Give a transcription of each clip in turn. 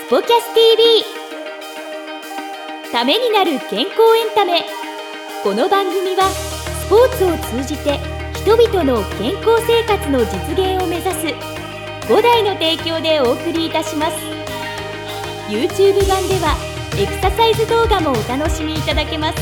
ポキャス TV ためになる健康エンタメ。この番組はスポーツを通じて人々の健康生活の実現を目指す5台の提供でお送りいたします。 YouTube 版ではエクササイズ動画もお楽しみいただけます。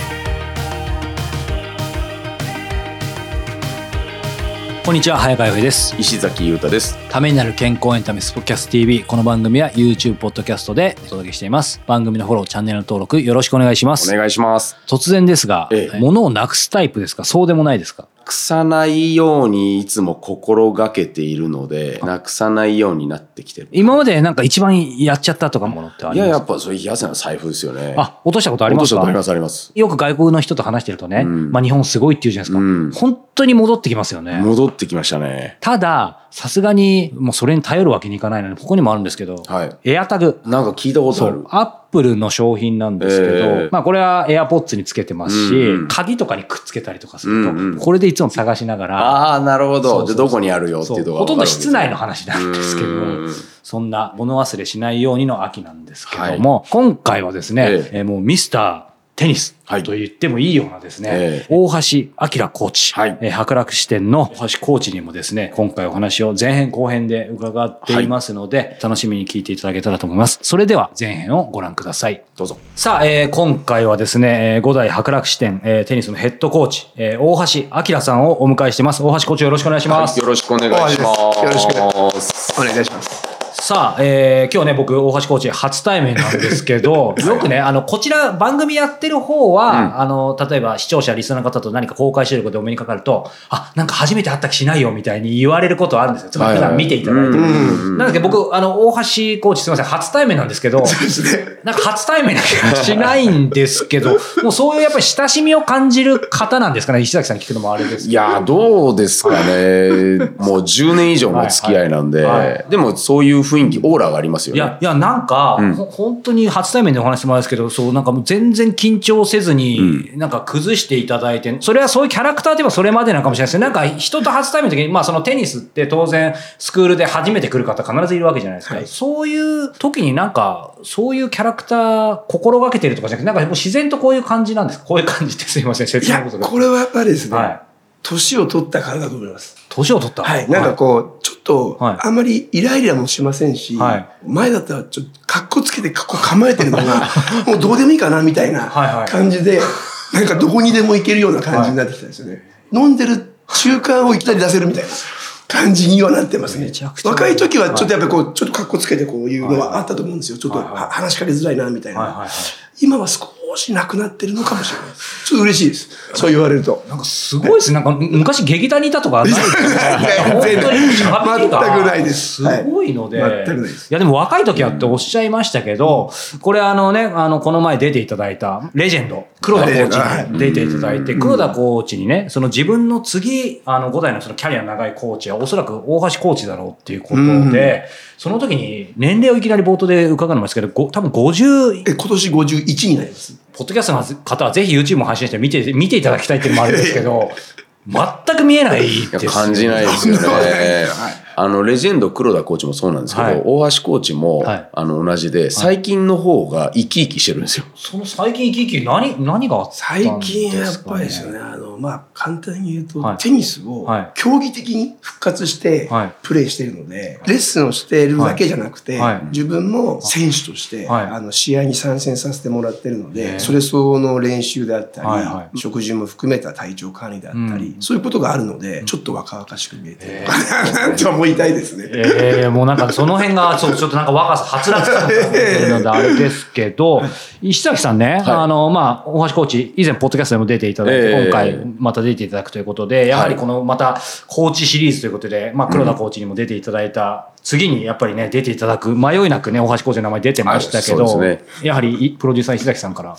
こんにちは、早川洋平です。 石崎裕太です。 ためになる健康エンタメスポキャス TV。 この番組は YouTube ポッドキャストでお届けしています。番組のフォロー、チャンネル登録よろしくお願いします。 お願いします。 突然ですが、物をなくすタイプですか、そうでもないですか？ なくさないようにいつも心がけているので、なくさないようになってきてる。 今までなんか一番やっちゃったとかものってありますか？ いや、やっぱそういう安な財布ですよね。 落としたことありますか？ 落としたことあります、あります。 よく外国の人と話してるとね、日本すごいって言うじゃないですか。本当に戻ってきますよね。 戻ってきましたね。 たださすがにもうそれに頼るわけにいかないので、ここにもあるんですけど、エアタグ、 なんか聞いたことある。 アップルの商品なんですけど、これはエアポッツにつけてますし、鍵とかにくっつけたりとかすると、これでいつも探しながら、 なるほど。じゃあどこにあるよっていうところが分かるんですね。 ほとんど室内の話なんですけど、そんな物忘れしないようにの秋なんですけども、今回はですね、もうミスターテニスと言ってもいいようなですね、大橋明コーチ、伯楽支店の大橋コーチにもですね、今回お話を前編後編で伺っていますので、楽しみに聞いていただけたらと思います。それでは前編をご覧ください。 どうぞ。 さあ、今回はですね、五代伯楽支店、テニスのヘッドコーチ、大橋明さんをお迎えしています。大橋コーチ、よろしくお願いします。 よろしくお願いします。 よろしくお願いいたします。 さあ、今日ね、僕、大橋コーチ初対面なんですけど、よくね、こちら番組やってる方は、例えば視聴者、リスナーの方と何か公開してることでお目にかかると、なんか初めて会った気しないよみたいに言われることあるんですよ。つまり普段見ていただいてる。なんで僕、大橋コーチすいません、初対面なんですけど、なんか初対面な気がしないんですけど、もうそういうやっぱり親しみを感じる方なんですかね、石崎さんに聞くのもあれですけど。 いや、どうですかね。もう10年以上の付き合いなんで、でもそういう雰囲気、オーラがありますよね。 いや、なんか、本当に初対面でお話してもらうんですけど、そう、なんかもう全然緊張せずに、なんか崩していただいて、それはそういうキャラクターではそれまでなのかもしれないですけど、なんか人と初対面の時に、そのテニスって当然、スクールで初めて来る方必ずいるわけじゃないですか。そういう時になんか、そういうキャラクター心がけてるとかじゃなくて、なんかもう自然とこういう感じなんですか？こういう感じってすいません、説明のことで。 これはやっぱりですね、年を取ったからだと思います。 年を取った？ なんかこう、ちょっと、あんまりイライラもしませんし、前だったらちょっとカッコつけて構えてるのが、もうどうでもいいかなみたいな感じで、なんかどこにでも行けるような感じになってきたんですよね。飲んでる中間をいきなり出せるみたいな感じにはなってますね。若い時はちょっとやっぱりこう、ちょっとカッコつけてこういうのはあったと思うんですよ。ちょっと話しかけづらいなみたいな。今は少しなくなってるのかもしれないです。ちょっと嬉しいです。そう言われると。 なんかすごいですね。なんか昔劇団にいたとかないですか？本当に全くないです。 すごいので。 全くないです。 いやでも若い時はっておっしゃいましたけど、これこの前出ていただいたレジェンド、黒田コーチに出ていただいて、黒田コーチにね、その自分の次、5代のそのキャリア長いコーチはおそらく大橋コーチだろうっていうことで、その時に年齢をいきなり冒頭で伺うのもですけど、多分50、 今年51になります。 ポッドキャストの方はぜひ YouTube も配信して見ていただきたいっていうのもあるんですけど、全く見えないですよ。 感じないですよね。レジェンド黒田コーチもそうなんですけど、大橋コーチも、同じで、最近の方が生き生きしてるんですよ。 その最近生き生き、何があったんですかね？ 最近やっぱりですよね。簡単に言うと、テニスを競技的に復活してプレイしているので、レッスンをしているだけじゃなくて、自分も選手として、試合に参戦させてもらっているので、それ相応の練習であったり、食事も含めた体調管理であったり、そういうことがあるので、ちょっと若々しく見えてるのかなと思いたいですね。 もうなんかその辺が、ちょっとなんか若さ、はつらつ感が出るのであれですけど、石崎さんね、大橋コーチ、以前ポッドキャストでも出ていただいて、今回また出ていただくということで、やはりこのまたコーチシリーズということで、黒田コーチにも出ていただいた、次にやっぱりね、出ていただく、迷いなくね、大橋コーチの名前出てましたけど、やはりプロデューサー石崎さんから、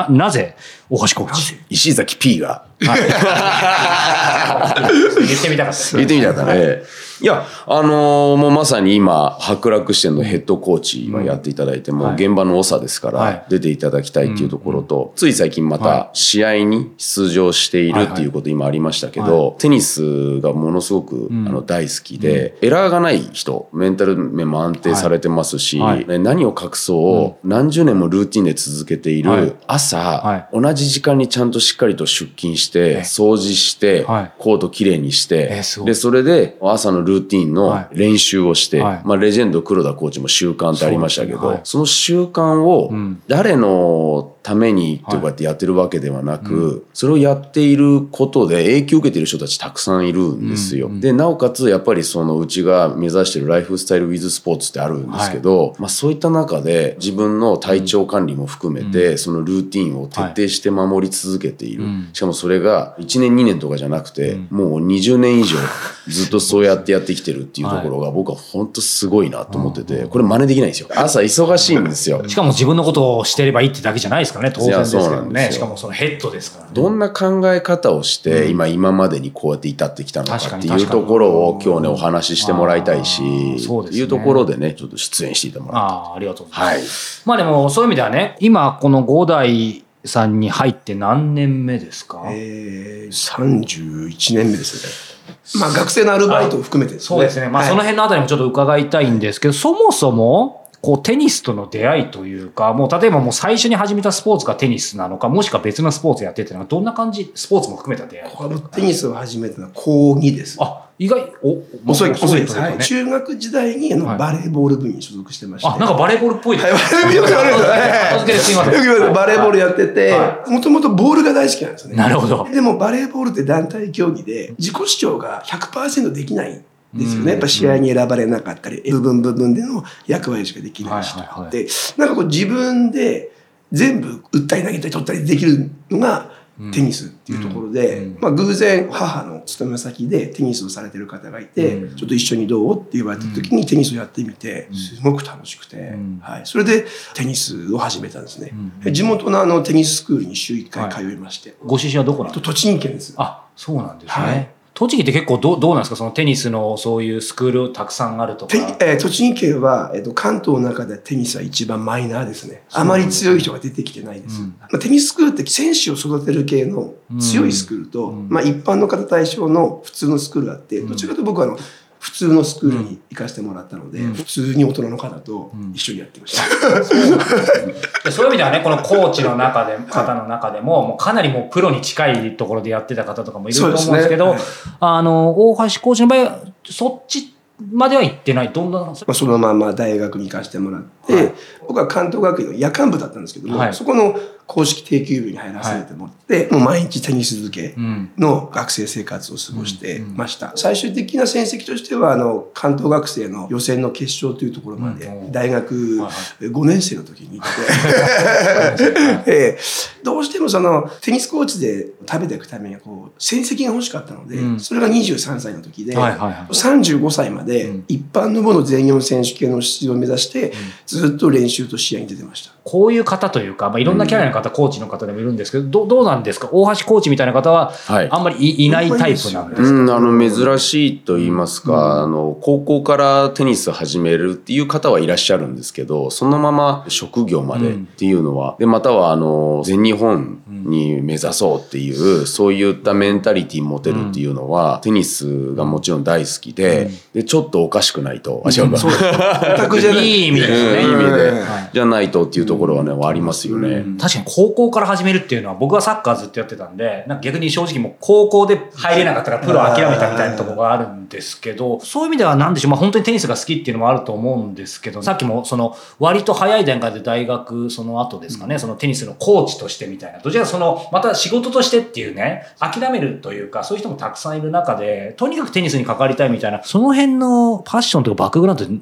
なぜ大橋コーチ？ 石崎 P が。 言ってみたかったですね。 言ってみたかったね。いや、もうまさに今、伯楽支店のヘッドコーチをやっていただいて、もう現場の長ですから、出ていただきたいっていうところと、つい最近また試合に出場しているっていうこと今ありましたけど、テニスがものすごく大好きで、エラーがない人、 メンタル面も安定されてますし、 はいはい、 何を隠そう、何十年もルーティンで続けている朝、はい、同じ時間にちゃんとしっかりと出勤して、掃除して、コートきれいにして、で、それで朝のルーティンの練習をして、レジェンド黒田コーチも習慣ってありましたけど、その習慣を誰のためにとかってやってるわけではなく、それをやっていることで影響を受けている人たちたくさんいるんですよ。で、なおかつやっぱりそのうちが目指しているライフスタイルウィズスポーツってあるんですけど、そういった中で自分の体調管理も含めて、そのルーティンを徹底して守り続けている。しかもそれが1年2年とかじゃなくて、もう20年以上ずっとそうやってやってきてるっていうところが僕は本当すごいなと思ってて、これ真似できないんですよ。朝忙しいんですよ。 しかも自分のことをしてればいいってだけじゃないですからね、当然ですけどね。しかもそのヘッドですからね。 どんな考え方をして、今までにこうやって至ってきたのかっていうところを今日ね、お話ししてもらいたいし、っていうところでね、ちょっと出演していただもらった。 ありがとうございます。でもそういう意味ではね、今この5代さんに入って何年目ですか ？31年目ですね。学生のアルバイトを含めてですね。 そうですね。その辺のあたりもちょっと伺いたいんですけど、そもそも、テニスとの出会いというか、例えばもう最初に始めたスポーツがテニスなのか、もしくは別のスポーツやっててのか、どんな感じ、スポーツも含めた出会い？ テニスを始めたのは高2です。 意外、 遅いですね。中学時代にバレーボール部に所属してまして。 なんかバレーボールっぽいですね。 よく言われるんですよね。よく言われる。バレーボールやってて、もともとボールが大好きなんですね。 なるほど。 でもバレーボールって団体競技で自己主張が 100% できないですよね。やっぱ試合に選ばれなかったり、部分での役割しかできないしとかって、なんか自分で全部打ったり投げたり取ったりできるのがテニスっていうところで、偶然母の勤め先でテニスをされてる方がいて、ちょっと一緒にどうって言われた時にテニスをやってみて、すごく楽しくて、それでテニスを始めたんですね。地元のテニススクールに週1回通いまして。 ご出身はどこなんですか？ 栃木県です。 そうなんですね。栃木って結構どうなんですか？そのテニスのそういうスクールたくさんあるとか。 栃木県は、関東の中でテニスは一番マイナーですね。あまり強い人が出てきてないです。テニススクールって選手を育てる系の強いスクールと、一般の方対象の普通のスクールがあって、どちらかというと僕は普通のスクールに行かせてもらったので、普通に大人の方と一緒にやってました。 そういう意味ではね、このコーチの方の中でも、もうかなりもうプロに近いところでやってた方とかもいると思うんですけど、大橋コーチの場合は、そっちまでは行ってない。どんなそのまま大学に行かせてもらって、僕は関東学院の夜間部だったんですけども、そこの公式定休日に入らせてもらって、もう毎日テニス漬けの学生生活を過ごしてました。最終的な戦績としては、関東学生の予選の決勝というところまで、大学5年生の時に行って、どうしてもテニスコーチで食べていくために戦績が欲しかったので、それが23歳の時で、35歳まで一般の部の全日本選手権の出場を目指して、ずっと練習と試合に出てました。 こういう方というか、いろんなキャラの方、コーチの方でもいるんですけど、どうなんですか？大橋コーチみたいな方は、あんまりいないタイプなんですか？ 珍しいと言いますか、高校からテニス始めるっていう方はいらっしゃるんですけど、そのまま職業までっていうのは、で、または全日本に目指そうっていう、そういったメンタリティ持てるっていうのは、テニスがもちろん大好きで、ちょっとおかしくないと、 いい意味ですね。 いい意味で、じゃないとっていうところはね、ありますよね。 確かに高校から始めるっていうのは、僕はサッカーずっとやってたんで、なんか逆に正直もう高校で入れなかったからプロ諦めたみたいなところがあるんですけど、そういう意味ではなんでしょう、本当にテニスが好きっていうのもあると思うんですけど、さっきも割と早い段階で大学その後ですかね、そのテニスのコーチとしてみたいな、どちらかまた仕事としてっていうね、諦めるというか、そういう人もたくさんいる中で、とにかくテニスに関わりたいみたいな、その辺のパッションとかバックグラウンドって、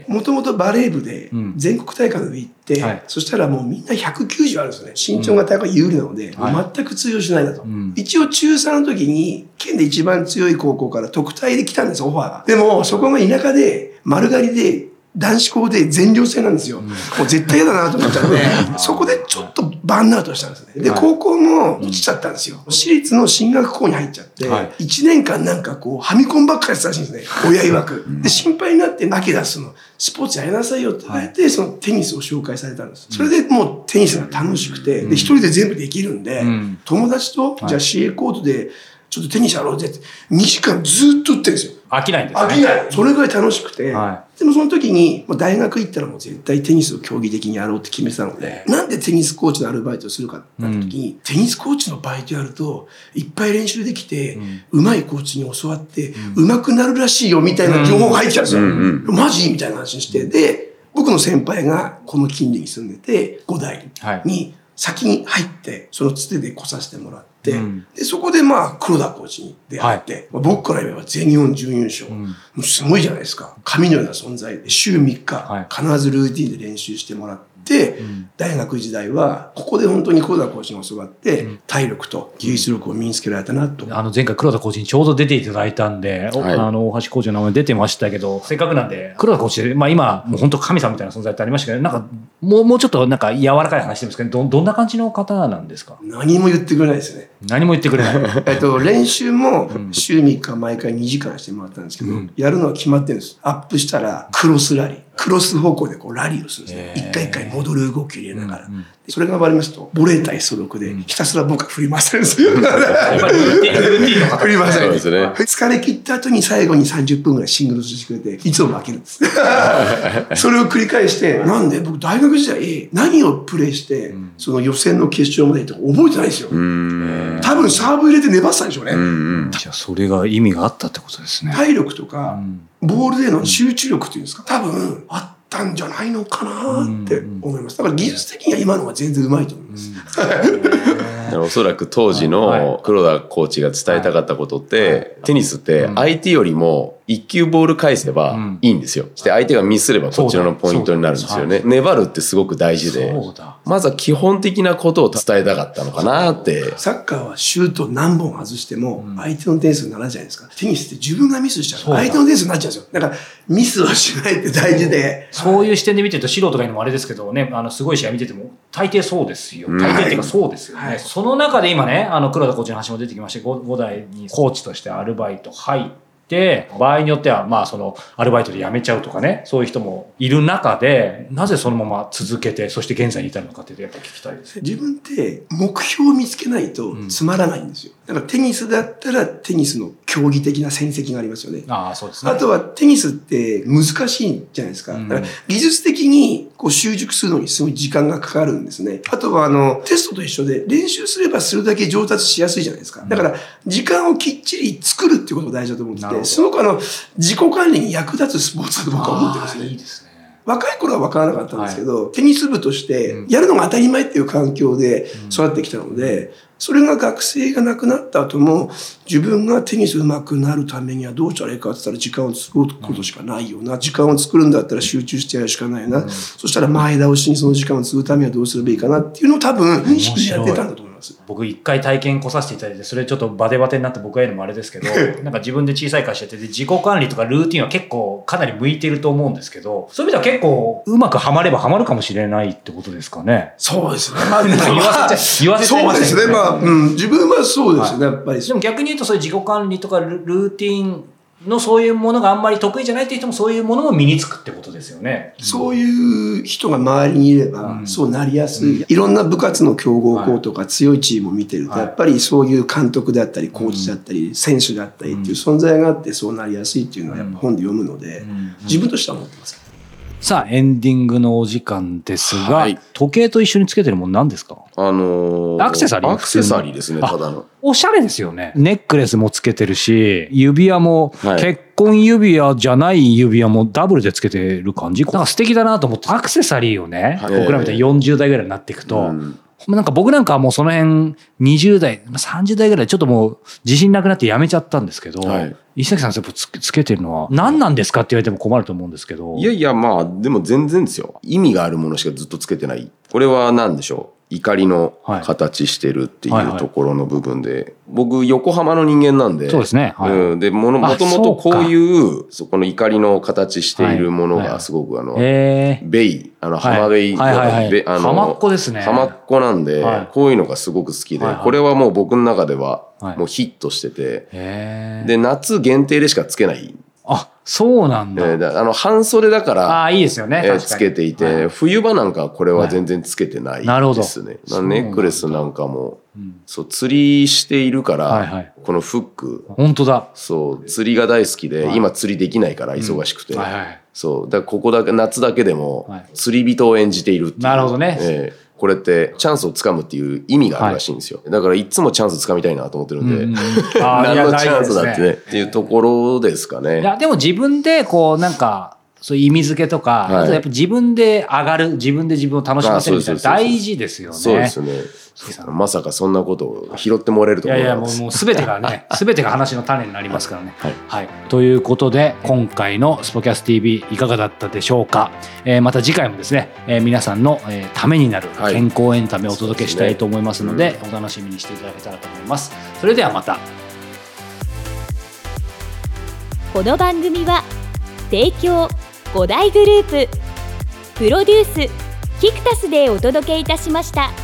もともとバレー部で全国大会まで行って、そしたらもうみんな190あるんですよね。身長が高い有利なので、全く通用しないなと。一応中3の時に、県で一番強い高校から特待で来たんです、オファーが。でも、そこが田舎で、丸刈りで、男子校で全寮制なんですよ。もう絶対嫌だなと思ったんで、そこでちょっとバンアウトしたんですね。で、高校も落ちちゃったんですよ。私立の進学校に入っちゃって、1年間なんかはみ込んばっかりしたらしいんですね。親曰く。で、心配になって、アキダスのスポーツやりなさいよって言われて、そのテニスを紹介されたんです。それでもうテニスが楽しくて、で、一人で全部できるんで、友達と、じゃあ CA コートで、ちょっとテニスやろうぜって、2時間ずっと打ってるんですよ。 飽きないんですね。 飽きない。それぐらい楽しくて。でもその時に、大学行ったらもう絶対テニスを競技的にやろうって決めてたので、なんでテニスコーチのアルバイトをするかってなった時に、テニスコーチのバイトやると、いっぱい練習できて、上手いコーチに教わって、上手くなるらしいよみたいな情報が入ってきたんですよ。マジみたいな話にして。で、僕の先輩がこの近隣に住んでて、5代に先に入って、そのつてで来させてもらって、で、そこで黒田コーチに出会って、僕から言えば全日本準優勝。もうすごいじゃないですか。神のような存在で、週3日、必ずルーティンで練習してもらって、大学時代は、ここで本当に黒田コーチに教わって、体力と技術力を身につけられたなと。 前回黒田コーチにちょうど出ていただいたんで、大橋コーチの名前出てましたけど、せっかくなんで、黒田コーチで、今、もう本当神様みたいな存在ってありましたけど、もうちょっと柔らかい話してるんですけど、どんな感じの方なんですか？ 何も言ってくれないですね。 何も言ってくれない。 練習も週3日毎回2時間してもらったんですけど、やるのは決まってるんです。アップしたらクロスラリー。クロス方向でラリーをするんですね。一回一回戻る動きを入れながら。それが終わりますと、ボレー対ストロークでひたすら僕は振り回されるんですよ。やっぱり振り回されるんですね。疲れ切った後に最後に30分ぐらいシングルスしてくれて、いつも負けるんです。それを繰り返して、なんで僕大学時代何をプレイして、その予選の決勝まで行って覚えてないですよ。多分サーブ入れて粘ってたんでしょうね。 じゃあそれが意味があったってことですね。 体力とか、ボールでの集中力っていうんですか、多分あったんじゃないのかなって思います。だから技術的には今のが全然うまいと思います。 おそらく当時の黒田コーチが伝えたかったことって、テニスって相手よりも一球ボール返せばいいんですよ。して相手がミスすればこちらのポイントになるんですよね。粘るってすごく大事で、まずは基本的なことを伝えたかったのかなって。 サッカーはシュート何本外しても相手の点数にならないじゃないですか。テニスって自分がミスしちゃう。相手の点数になっちゃうんですよ。だからミスはしないって大事で。 そういう視点で見てると素人がいるのもあれですけどね、すごい試合見てても大抵そうですよ。大抵っていうかそうですよね。その中で今ね、黒田コーチの話も出てきまして、5代にコーチとしてアルバイト入って、場合によってはそのアルバイトで辞めちゃうとかね、そういう人もいる中で、なぜそのまま続けて、そして現在に至るのかっていうとやっぱ聞きたいです。 自分って目標を見つけないとつまらないんですよ。だからテニスだったらテニスの競技的な戦績がありますよね。 そうですね。 あとはテニスって難しいじゃないですか。だから技術的に習熟するのにすごい時間がかかるんですね。あとはテストと一緒で練習すればするだけ上達しやすいじゃないですか。だから時間をきっちり作るっていうことが大事だと思ってて、すごく自己管理に役立つスポーツだと僕は思ってますね。 いいですね。 若い頃は分からなかったんですけど、テニス部としてやるのが当たり前っていう環境で育ってきたので、それが学生が亡くなった後も、自分がテニス上手くなるためにはどうしたらいいかって言ったら時間を作ることしかないよな。時間を作るんだったら集中してやるしかないよな。そしたら前倒しにその時間を作るためにはどうすればいいかなっていうのを多分認識でやってたんだと思います。 僕一回体験来させていただいて、それちょっとバテバテになって僕が言うのもあれですけど、なんか自分で小さい会社やってて、自己管理とかルーティンは結構かなり向いてると思うんですけど、そういう意味では結構うまくはまればはまるかもしれないってことですかね。 そうですね。 言わせちゃいましたけどね。 そうですね。自分はそうですね、やっぱり。 でも逆に言うとそういう自己管理とかルーティンのそういうものがあんまり得意じゃないっていう人もそういうものも身につくってことですよね。 そういう人が周りにいれば、そうなりやすい。いろんな部活の強豪校とか強いチームを見てると、やっぱりそういう監督であったり、コーチであったり、選手であったりっていう存在があってそうなりやすいっていうのはやっぱ本で読むので、自分としては思ってます。 さあ、エンディングのお時間ですが、時計と一緒につけてるもの何ですか？アクセサリー？ アクセサリーですね、ただの。 おしゃれですよね。ネックレスもつけてるし、指輪も、結婚指輪じゃない指輪もダブルでつけてる感じ。なんか素敵だなと思って、アクセサリーをね、僕らみたいに40代ぐらいになっていくと、なんか僕なんかはもうその辺20代、30代ぐらいちょっともう自信なくなってやめちゃったんですけど、石崎さんやっぱつけてるのは何なんですかって言われても困ると思うんですけど。 いやいや、でも全然ですよ。意味があるものしかずっとつけてない。これは何でしょう。怒りの形してるっていうところの部分で、僕横浜の人間なんで、 そうですね。 でもともとこういうそこの怒りの形しているものがすごくベイ浜ベイ浜っ子ですね。 浜っ子なんで、こういうのがすごく好きで、これはもう僕の中ではもうヒットしてて、で夏限定でしかつけない。 そうなんだ。 半袖だから、 いいですよね。 つけていて、冬場なんかこれは全然つけてないですね。ネックレスなんかも、 そう釣りしているから、このフック本当だそう釣りが大好きで、今釣りできないから忙しくて、そうだからここだけ夏だけでも釣り人を演じているっていう。 なるほどね、 これってチャンスをつかむっていう意味があるらしいんですよ、だからいつもチャンスつかみたいなと思ってるんで、何のチャンスだってねっていうところですかね。 いやでも自分でこうなんかそういう意味付けとか、あとやっぱ自分で上がる、自分で自分を楽しませるみたいな大事ですよね。 そうですね。まさかそんなことを拾ってもらえると思います。 いやいやもう全てがね、全てが話の種になりますからね。はい。ということで今回のスポキャス TV いかがだったでしょうか。また次回もですね、皆さんのためになる健康エンタメをお届けしたいと思いますので、お楽しみにしていただけたらと思います。それではまた。 この番組は提供5大グループプロデュースキクタスでお届けいたしました。